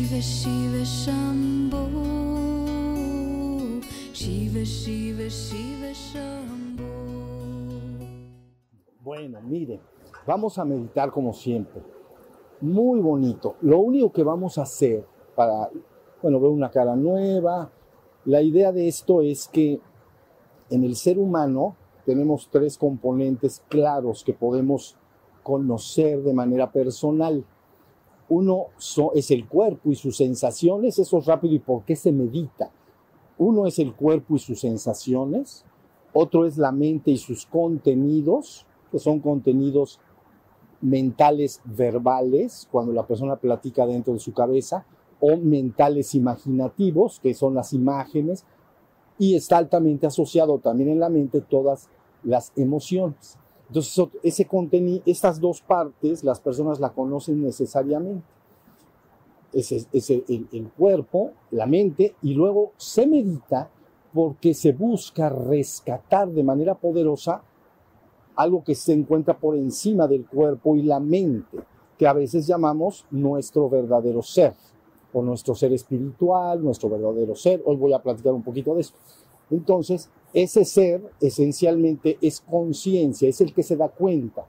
Shiva Shiva Shambho, Shiva Shiva Shiva Shambho. Bueno, miren, vamos a meditar como siempre. Muy bonito. Lo único que vamos a hacer para, ver una cara nueva. La idea de esto es que en el ser humano tenemos 3 componentes claros que podemos conocer de manera personal. Uno es el cuerpo y sus sensaciones. Eso es rápido. ¿Y por qué se medita? Uno es el cuerpo y sus sensaciones. Otro es la mente y sus contenidos, que son contenidos mentales verbales, cuando la persona platica dentro de su cabeza, o mentales imaginativos, que son las imágenes, y está altamente asociado también en la mente todas las emociones. Entonces, estas 2 partes, las personas la conocen necesariamente. Es el cuerpo, la mente, y luego se medita porque se busca rescatar de manera poderosa algo que se encuentra por encima del cuerpo y la mente, que a veces llamamos nuestro verdadero ser, o nuestro ser espiritual, nuestro verdadero ser. Hoy voy a platicar un poquito de eso. Entonces, ese ser esencialmente es conciencia, es el que se da cuenta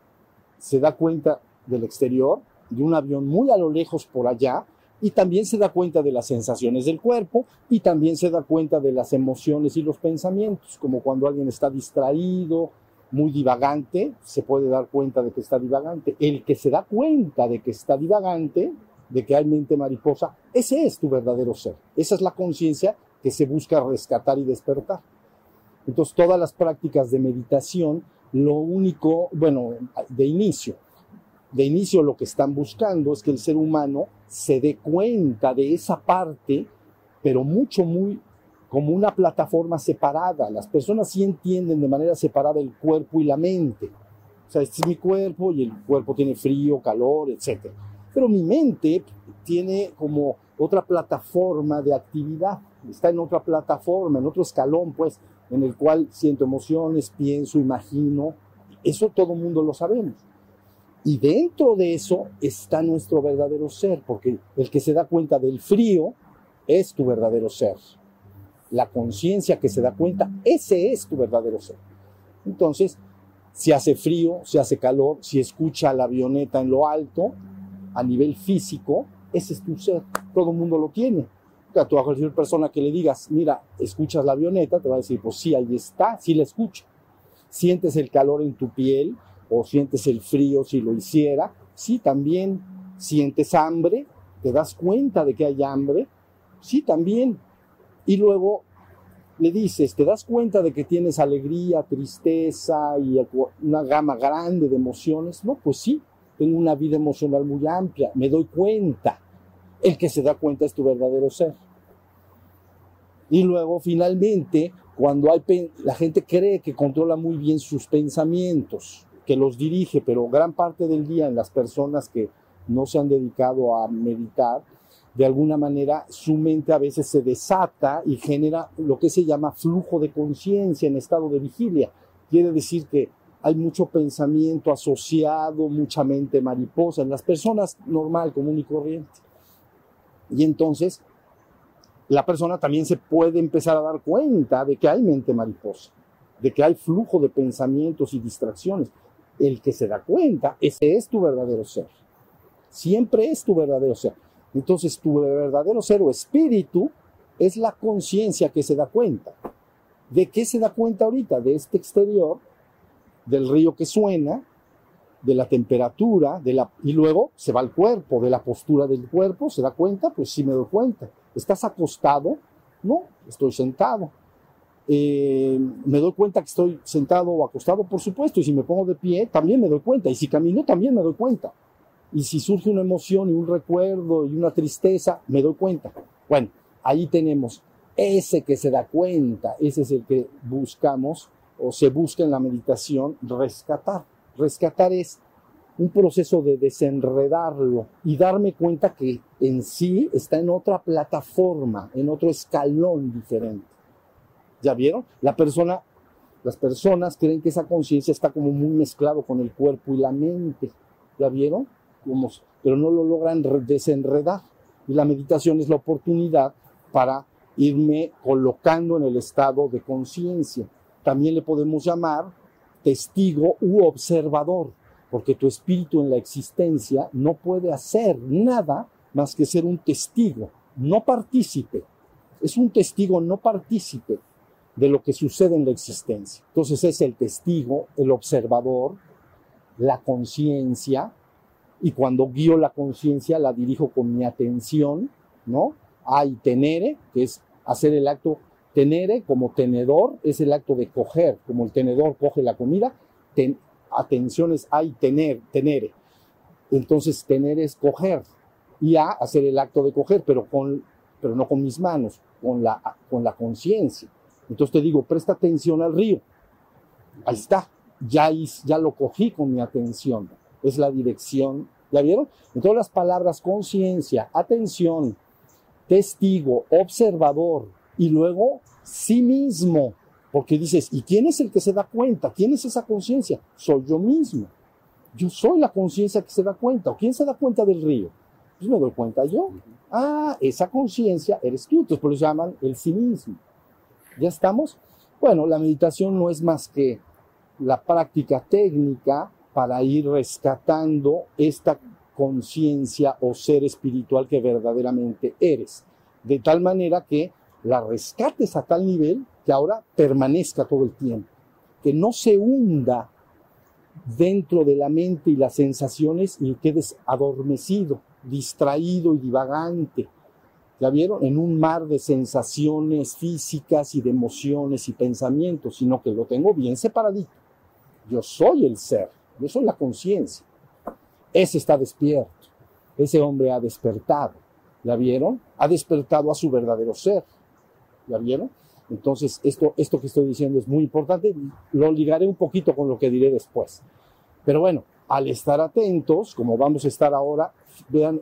del exterior, de un avión muy a lo lejos por allá, y también se da cuenta de las sensaciones del cuerpo, y también se da cuenta de las emociones y los pensamientos, como cuando alguien está distraído, muy divagante, se puede dar cuenta de que está divagante. El que se da cuenta de que está divagante, de que hay mente mariposa, ese es tu verdadero ser. Esa es la conciencia que se busca rescatar y despertar. Entonces, todas las prácticas de meditación, lo único, de inicio lo que están buscando es que el ser humano se dé cuenta de esa parte, pero muy como una plataforma separada. Las personas sí entienden de manera separada el cuerpo y la mente. O sea, este es mi cuerpo y el cuerpo tiene frío, calor, etc. Pero mi mente tiene como otra plataforma de actividad. Está en otra plataforma, en otro escalón, pues, en el cual siento emociones, pienso, imagino. Eso todo el mundo lo sabemos. Y dentro de eso está nuestro verdadero ser, porque el que se da cuenta del frío es tu verdadero ser. La conciencia que se da cuenta, ese es tu verdadero ser. Entonces, si hace frío, si hace calor, si escucha la avioneta en lo alto, a nivel físico, ese es tu ser. Todo el mundo lo tiene. A cualquier persona que le digas, mira, ¿escuchas la avioneta? Te va a decir, pues sí, ahí está, sí la escucho. ¿Sientes el calor en tu piel? ¿O sientes el frío si lo hiciera? Sí, también. ¿Sientes hambre? ¿Te das cuenta de que hay hambre? Sí, también. Y luego le dices, ¿te das cuenta de que tienes alegría, tristeza y una gama grande de emociones? No, pues sí, tengo una vida emocional muy amplia, me doy cuenta. El que se da cuenta es tu verdadero ser. Y luego, finalmente, cuando la gente cree que controla muy bien sus pensamientos, que los dirige, pero gran parte del día en las personas que no se han dedicado a meditar, de alguna manera su mente a veces se desata y genera lo que se llama flujo de conciencia en estado de vigilia. Quiere decir que hay mucho pensamiento asociado, mucha mente mariposa en las personas normal, común y corriente. Y entonces la persona también se puede empezar a dar cuenta de que hay mente mariposa, de que hay flujo de pensamientos y distracciones. El que se da cuenta, ese es tu verdadero ser. Siempre es tu verdadero ser. Entonces, tu verdadero ser o espíritu es la conciencia que se da cuenta. ¿De qué se da cuenta ahorita? De este exterior, del río que suena, de la temperatura, y luego se va al cuerpo, de la postura del cuerpo. ¿Se da cuenta? Pues sí me doy cuenta. ¿Estás acostado? No, estoy sentado. ¿Me doy cuenta que estoy sentado o acostado? Por supuesto. Y si me pongo de pie, también me doy cuenta. Y si camino, también me doy cuenta. Y si surge una emoción y un recuerdo y una tristeza, me doy cuenta. Bueno, ahí tenemos ese que se da cuenta. Ese es el que buscamos o se busca en la meditación rescatar. Rescatar es un proceso de desenredarlo y darme cuenta que en sí está en otra plataforma, en otro escalón diferente. ¿Ya vieron? Las personas creen que esa conciencia está como muy mezclado con el cuerpo y la mente. ¿Ya vieron? Pero no lo logran desenredar. Y la meditación es la oportunidad para irme colocando en el estado de conciencia. También le podemos llamar testigo u observador, porque tu espíritu en la existencia no puede hacer nada más que ser un testigo, no partícipe. Es un testigo no partícipe de lo que sucede en la existencia. Entonces es el testigo, el observador, la conciencia, y cuando guío la conciencia la dirijo con mi atención, ¿no? Hay tenere, que es hacer el acto. Tenere como tenedor es el acto de coger, como el tenedor coge la comida. Atención es hay tenere. Entonces tener es coger, y hacer el acto de coger, pero no con mis manos, con la conciencia. Entonces te digo, presta atención al río. Ahí está, ya lo cogí con mi atención. Es la dirección, ¿ya vieron? Entonces las palabras conciencia, atención, testigo, observador, y luego sí mismo, porque dices, ¿y quién es el que se da cuenta? ¿Quién es esa conciencia? Soy yo mismo. Yo soy la conciencia que se da cuenta. ¿O quién se da cuenta del río? Pues me doy cuenta yo. Esa conciencia eres tú. Entonces por eso llaman el sí mismo. ¿Ya estamos? Bueno, la meditación no es más que la práctica técnica para ir rescatando esta conciencia o ser espiritual que verdaderamente eres. De tal manera que la rescates a tal nivel que ahora permanezca todo el tiempo. Que no se hunda dentro de la mente y las sensaciones y quedes adormecido, distraído y divagante. ¿Ya vieron? En un mar de sensaciones físicas y de emociones y pensamientos, sino que lo tengo bien separadito. Yo soy el ser, yo soy la conciencia. Ese está despierto, ese hombre ha despertado. ¿Ya vieron? Ha despertado a su verdadero ser. ¿Ya vieron? Entonces, esto que estoy diciendo es muy importante. Lo ligaré un poquito con lo que diré después. Pero bueno, al estar atentos, como vamos a estar ahora, vean,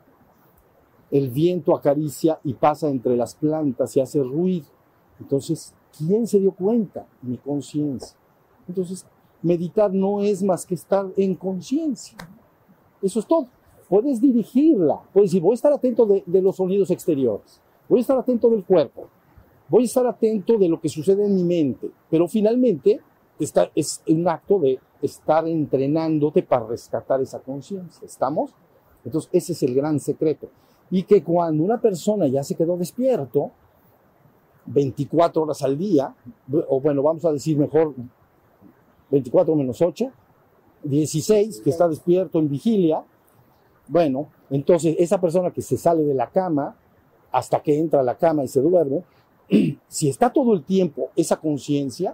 el viento acaricia y pasa entre las plantas y hace ruido. Entonces, ¿quién se dio cuenta? Mi conciencia. Entonces, meditar no es más que estar en conciencia. Eso es todo. Puedes dirigirla. Puedes decir, voy a estar atento de los sonidos exteriores. Voy a estar atento del cuerpo. Voy a estar atento de lo que sucede en mi mente. Pero finalmente es un acto de estar entrenándote para rescatar esa conciencia. ¿Estamos? Entonces, ese es el gran secreto. Y que cuando una persona ya se quedó despierto, 24 horas al día, o bueno, vamos a decir mejor 24 menos 8, 16, que está despierto en vigilia, bueno, entonces esa persona que se sale de la cama hasta que entra a la cama y se duerme, si está todo el tiempo esa conciencia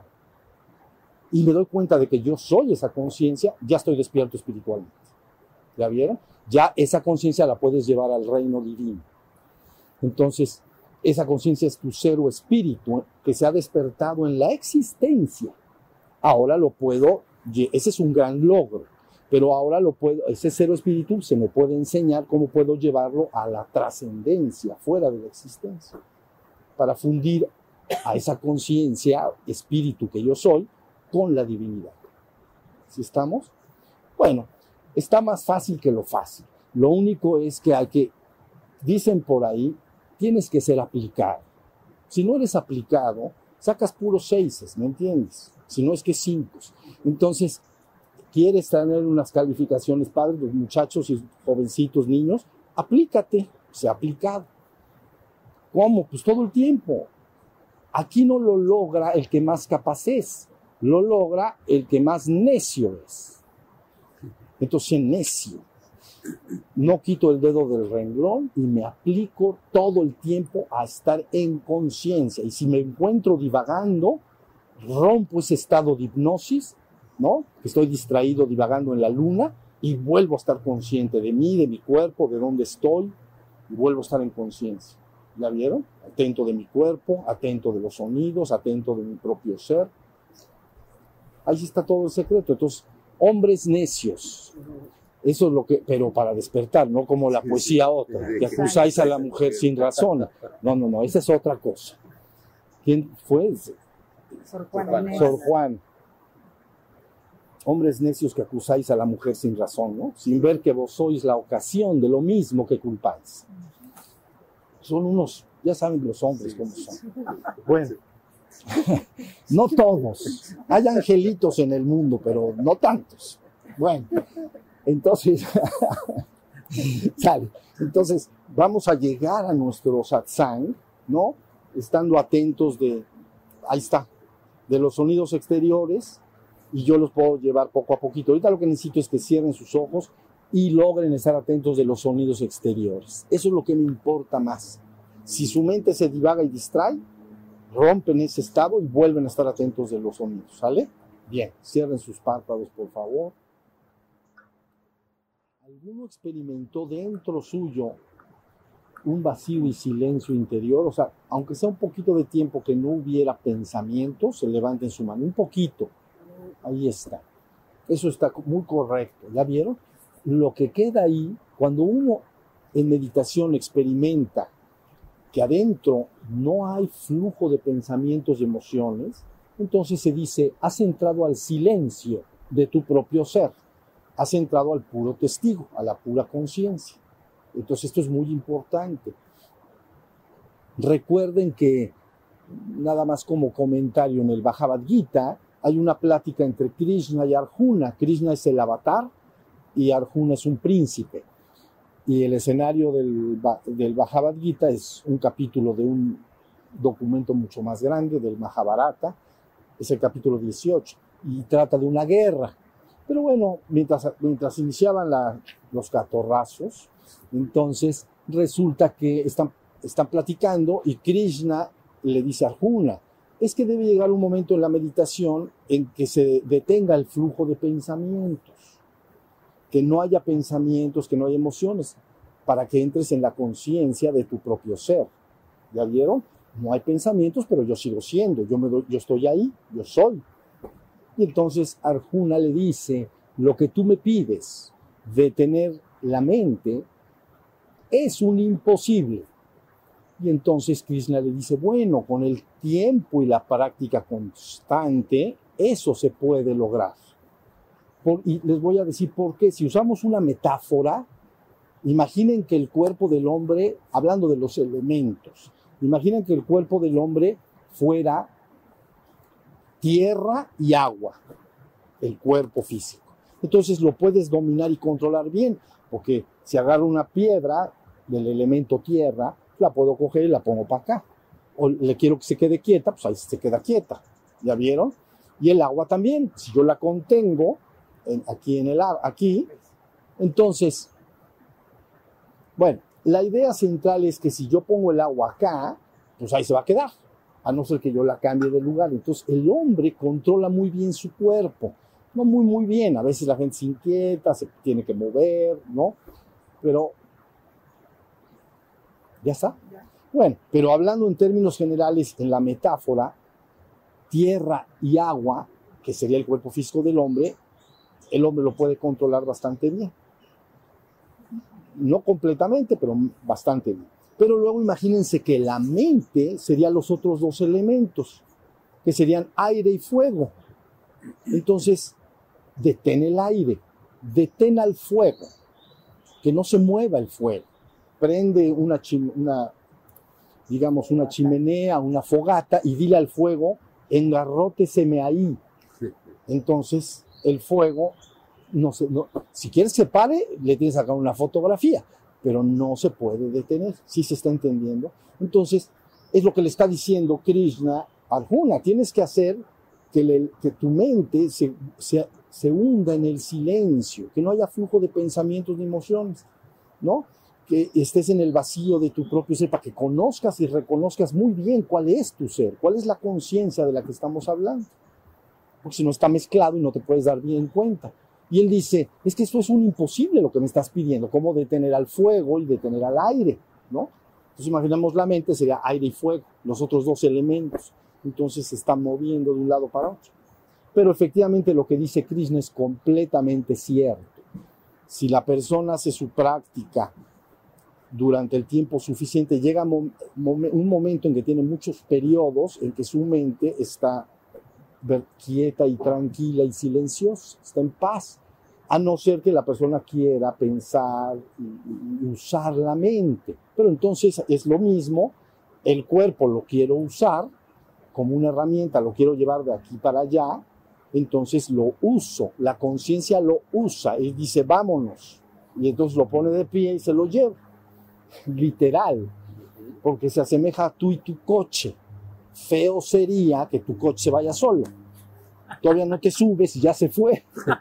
y me doy cuenta de que yo soy esa conciencia, ya estoy despierto espiritualmente. ¿Ya vieron? Ya esa conciencia la puedes llevar al reino divino. Entonces, esa conciencia es tu ser o espíritu que se ha despertado en la existencia. Ahora lo puedo, ese es un gran logro, pero ahora lo puedo, ese ser o espíritu se me puede enseñar cómo puedo llevarlo a la trascendencia, fuera de la existencia, para fundir a esa conciencia, espíritu que yo soy, con la divinidad. ¿Sí estamos? Bueno, está más fácil que lo fácil. Lo único es que dicen por ahí, tienes que ser aplicado. Si no eres aplicado, sacas puros 6, ¿me entiendes? Si no es que 5. Entonces, quieres tener unas calificaciones padres, los muchachos y jovencitos, niños, aplícate, sea aplicado. ¿Cómo? Pues todo el tiempo. Aquí no lo logra el que más capaz es, lo logra el que más necio es. Entonces, necio. No quito el dedo del renglón y me aplico todo el tiempo a estar en conciencia. Y si me encuentro divagando, rompo ese estado de hipnosis, ¿no? Que estoy distraído, divagando en la luna, y vuelvo a estar consciente de mí, de mi cuerpo, de dónde estoy, y vuelvo a estar en conciencia. ¿Ya vieron? Atento de mi cuerpo, atento de los sonidos, atento de mi propio ser. Ahí está todo el secreto. Entonces, hombres necios. Eso es lo que, pero para despertar, no como la poesía otra, que acusáis a la mujer sin razón. No, esa es otra cosa. ¿Quién fue ese? Sor Juan. Sor Juan. Hombres necios que acusáis a la mujer sin razón, ¿no? Sin ver que vos sois la ocasión de lo mismo que culpáis. son unos, ya saben los hombres cómo son. Bueno, no todos. Hay angelitos en el mundo, pero no tantos. Bueno, entonces, sale. Entonces, vamos a llegar a nuestro satsang, ¿no? Estando atentos ahí está, de los sonidos exteriores, y yo los puedo llevar poco a poquito. Ahorita lo que necesito es que cierren sus ojos y logren estar atentos de los sonidos exteriores. Eso es lo que me importa más. Si su mente se divaga y distrae, rompen ese estado y vuelven a estar atentos de los sonidos, ¿sale? Bien, cierren sus párpados, por favor. ¿Alguno experimentó dentro suyo un vacío y silencio interior? O sea, aunque sea un poquito de tiempo que no hubiera pensamientos, se levanten su mano, un poquito. Ahí está. Eso está muy correcto. ¿Ya vieron? Lo que queda ahí, cuando uno en meditación experimenta que adentro no hay flujo de pensamientos y emociones, entonces se dice, has entrado al silencio de tu propio ser, has entrado al puro testigo, a la pura conciencia. Entonces esto es muy importante. Recuerden que, nada más como comentario, en el Bhagavad Gita hay una plática entre Krishna y Arjuna. Krishna es el avatar y Arjuna es un príncipe. Y el escenario del Bhagavad Gita es un capítulo de un documento mucho más grande, del Mahabharata, es el capítulo 18, y trata de una guerra. Pero bueno, mientras iniciaban los catorrazos, entonces resulta que están platicando y Krishna le dice a Arjuna, es que debe llegar un momento en la meditación en que se detenga el flujo de pensamientos, que no haya pensamientos, que no haya emociones, para que entres en la conciencia de tu propio ser. ¿Ya vieron? No hay pensamientos, pero yo sigo siendo, yo estoy ahí, yo soy. Y entonces Arjuna le dice, lo que tú me pides, detener la mente, es un imposible. Y entonces Krishna le dice, bueno, con el tiempo y la práctica constante, eso se puede lograr. Y les voy a decir por qué. Si usamos una metáfora, imaginen que el cuerpo del hombre, hablando de los elementos, imaginen que el cuerpo del hombre fuera tierra y agua, el cuerpo físico. Entonces lo puedes dominar y controlar bien, porque si agarro una piedra del elemento tierra, la puedo coger y la pongo para acá. O le quiero que se quede quieta, pues ahí se queda quieta. ¿Ya vieron? Y el agua también. Si yo la contengo aquí, entonces, bueno, la idea central es que si yo pongo el agua acá, pues ahí se va a quedar, a no ser que yo la cambie de lugar. Entonces el hombre controla muy bien su cuerpo, no muy bien, a veces la gente se inquieta, se tiene que mover, ¿no? Pero, ¿ya está? Bueno, pero hablando en términos generales, en la metáfora, tierra y agua, que sería el cuerpo físico del hombre, el hombre lo puede controlar bastante bien. No completamente, pero bastante bien. Pero luego imagínense que la mente serían los otros dos elementos, que serían aire y fuego. Entonces, detén el aire, detén al fuego, que no se mueva el fuego. Prende una chimenea, una fogata, y dile al fuego, engarróteseme ahí. Entonces, el fuego, si quieres que pare, le tienes que sacar una fotografía, pero no se puede detener. ¿Sí se está entendiendo? Entonces, es lo que le está diciendo Krishna a Arjuna. Tienes que hacer que tu mente se hunda en el silencio, que no haya flujo de pensamientos ni emociones, ¿no? Que estés en el vacío de tu propio ser, para que conozcas y reconozcas muy bien cuál es tu ser, cuál es la conciencia de la que estamos hablando. Porque si no está mezclado y no te puedes dar bien cuenta. Y él dice, es que esto es un imposible lo que me estás pidiendo, como detener al fuego y detener al aire, ¿no? Entonces imaginamos la mente, sería aire y fuego, los otros dos elementos. Entonces se están moviendo de un lado para otro. Pero efectivamente lo que dice Krishna es completamente cierto. Si la persona hace su práctica durante el tiempo suficiente, llega un momento en que tiene muchos periodos en que su mente está quieta y tranquila y silenciosa, está en paz. a no ser que la persona quiera pensar y usar la mente. Pero entonces es lo mismo, el cuerpo lo quiero usar como una herramienta, lo quiero llevar de aquí para allá, entonces lo uso, la conciencia lo usa, él dice vámonos, y entonces lo pone de pie y se lo lleva, literal, porque se asemeja a tú y tu coche. Feo sería que tu coche se vaya solo. Todavía no te subes y ya se fue.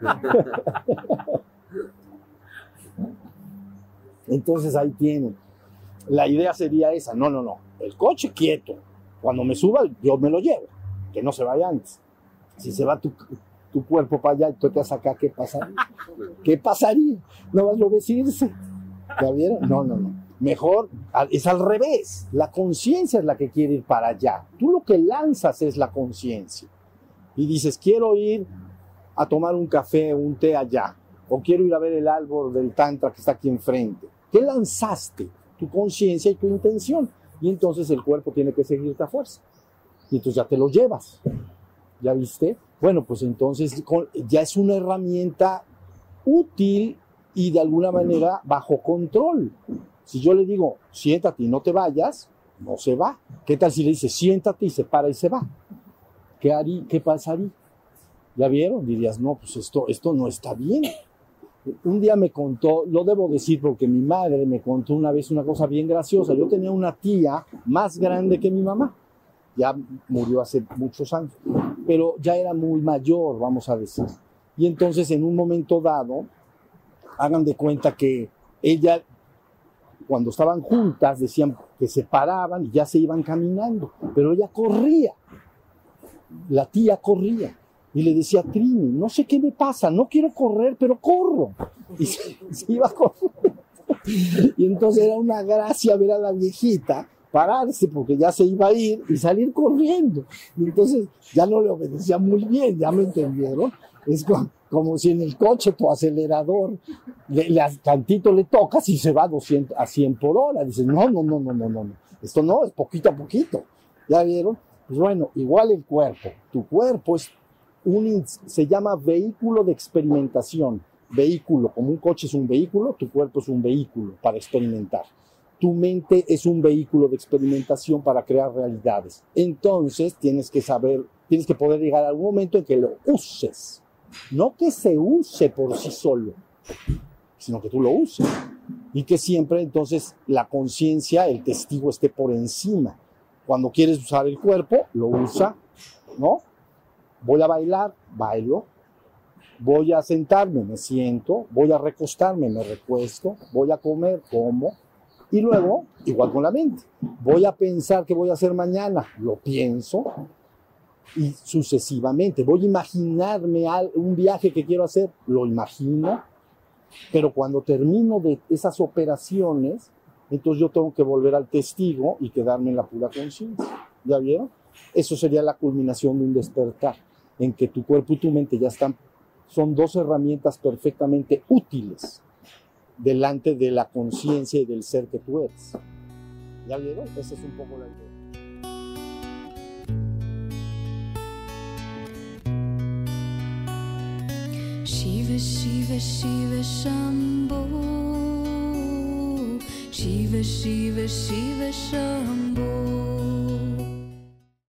Entonces ahí tienen. La idea sería esa. No. El coche quieto. Cuando me suba, yo me lo llevo. Que no se vaya antes. Si se va tu cuerpo para allá y tú te vas acá, ¿qué pasaría? ¿Qué pasaría? No vas a irse. ¿Ya vieron? No. Mejor es al revés. La conciencia es la que quiere ir para allá. Tú lo que lanzas es la conciencia. Y dices, quiero ir a tomar un café, un té allá. O quiero ir a ver el árbol del Tantra que está aquí enfrente. ¿Qué lanzaste? Tu conciencia y tu intención. Y entonces el cuerpo tiene que seguirte a fuerza. Y entonces ya te lo llevas. ¿Ya viste? Bueno, pues entonces ya es una herramienta útil y de alguna manera bajo control. Si yo le digo, siéntate y no te vayas, no se va. ¿Qué tal si le dice, siéntate y se para y se va? ¿Qué pasaría? ¿Ya vieron? Dirías, no, pues esto no está bien. Un día me contó, lo debo decir porque mi madre me contó una vez una cosa bien graciosa. Yo tenía una tía más grande que mi mamá. Ya murió hace muchos años, pero ya era muy mayor, vamos a decir. Y entonces en un momento dado, hagan de cuenta que ella, cuando estaban juntas, decían que se paraban y ya se iban caminando, pero ella corría. La tía corría y le decía, Trini, no sé qué me pasa, no quiero correr, pero corro. Y se iba a correr. Y entonces era una gracia ver a la viejita pararse porque ya se iba a ir y salir corriendo. Y entonces ya no le obedecía muy bien, ¿ya me entendieron? Es como si en el coche tu acelerador tantito le tocas y se va a 100 por hora. Dices, no. Esto no, es poquito a poquito. ¿Ya vieron? Pues bueno, igual el cuerpo. Tu cuerpo se llama vehículo de experimentación. Vehículo, como un coche es un vehículo, tu cuerpo es un vehículo para experimentar. Tu mente es un vehículo de experimentación para crear realidades. Entonces tienes que poder llegar a algún momento en que lo uses. No que se use por sí solo, sino que tú lo uses. Y que siempre entonces la conciencia, el testigo esté por encima. Cuando quieres usar el cuerpo, lo usa, ¿no? Voy a bailar, bailo. Voy a sentarme, me siento. Voy a recostarme, me recuesto. Voy a comer, como. Y luego, igual con la mente. Voy a pensar qué voy a hacer mañana, lo pienso. Y sucesivamente. Voy a imaginarme un viaje que quiero hacer, lo imagino. Pero cuando termino de esas operaciones, entonces yo tengo que volver al testigo y quedarme en la pura conciencia. ¿Ya vieron? Eso sería la culminación de un despertar, en que tu cuerpo y tu mente ya son dos herramientas perfectamente útiles delante de la conciencia y del ser que tú eres. ¿Ya vieron? Esa es un poco la idea. Shiva, Shiva, Shiva, Shambho. Shiva, Shiva, Shiva, Shambho.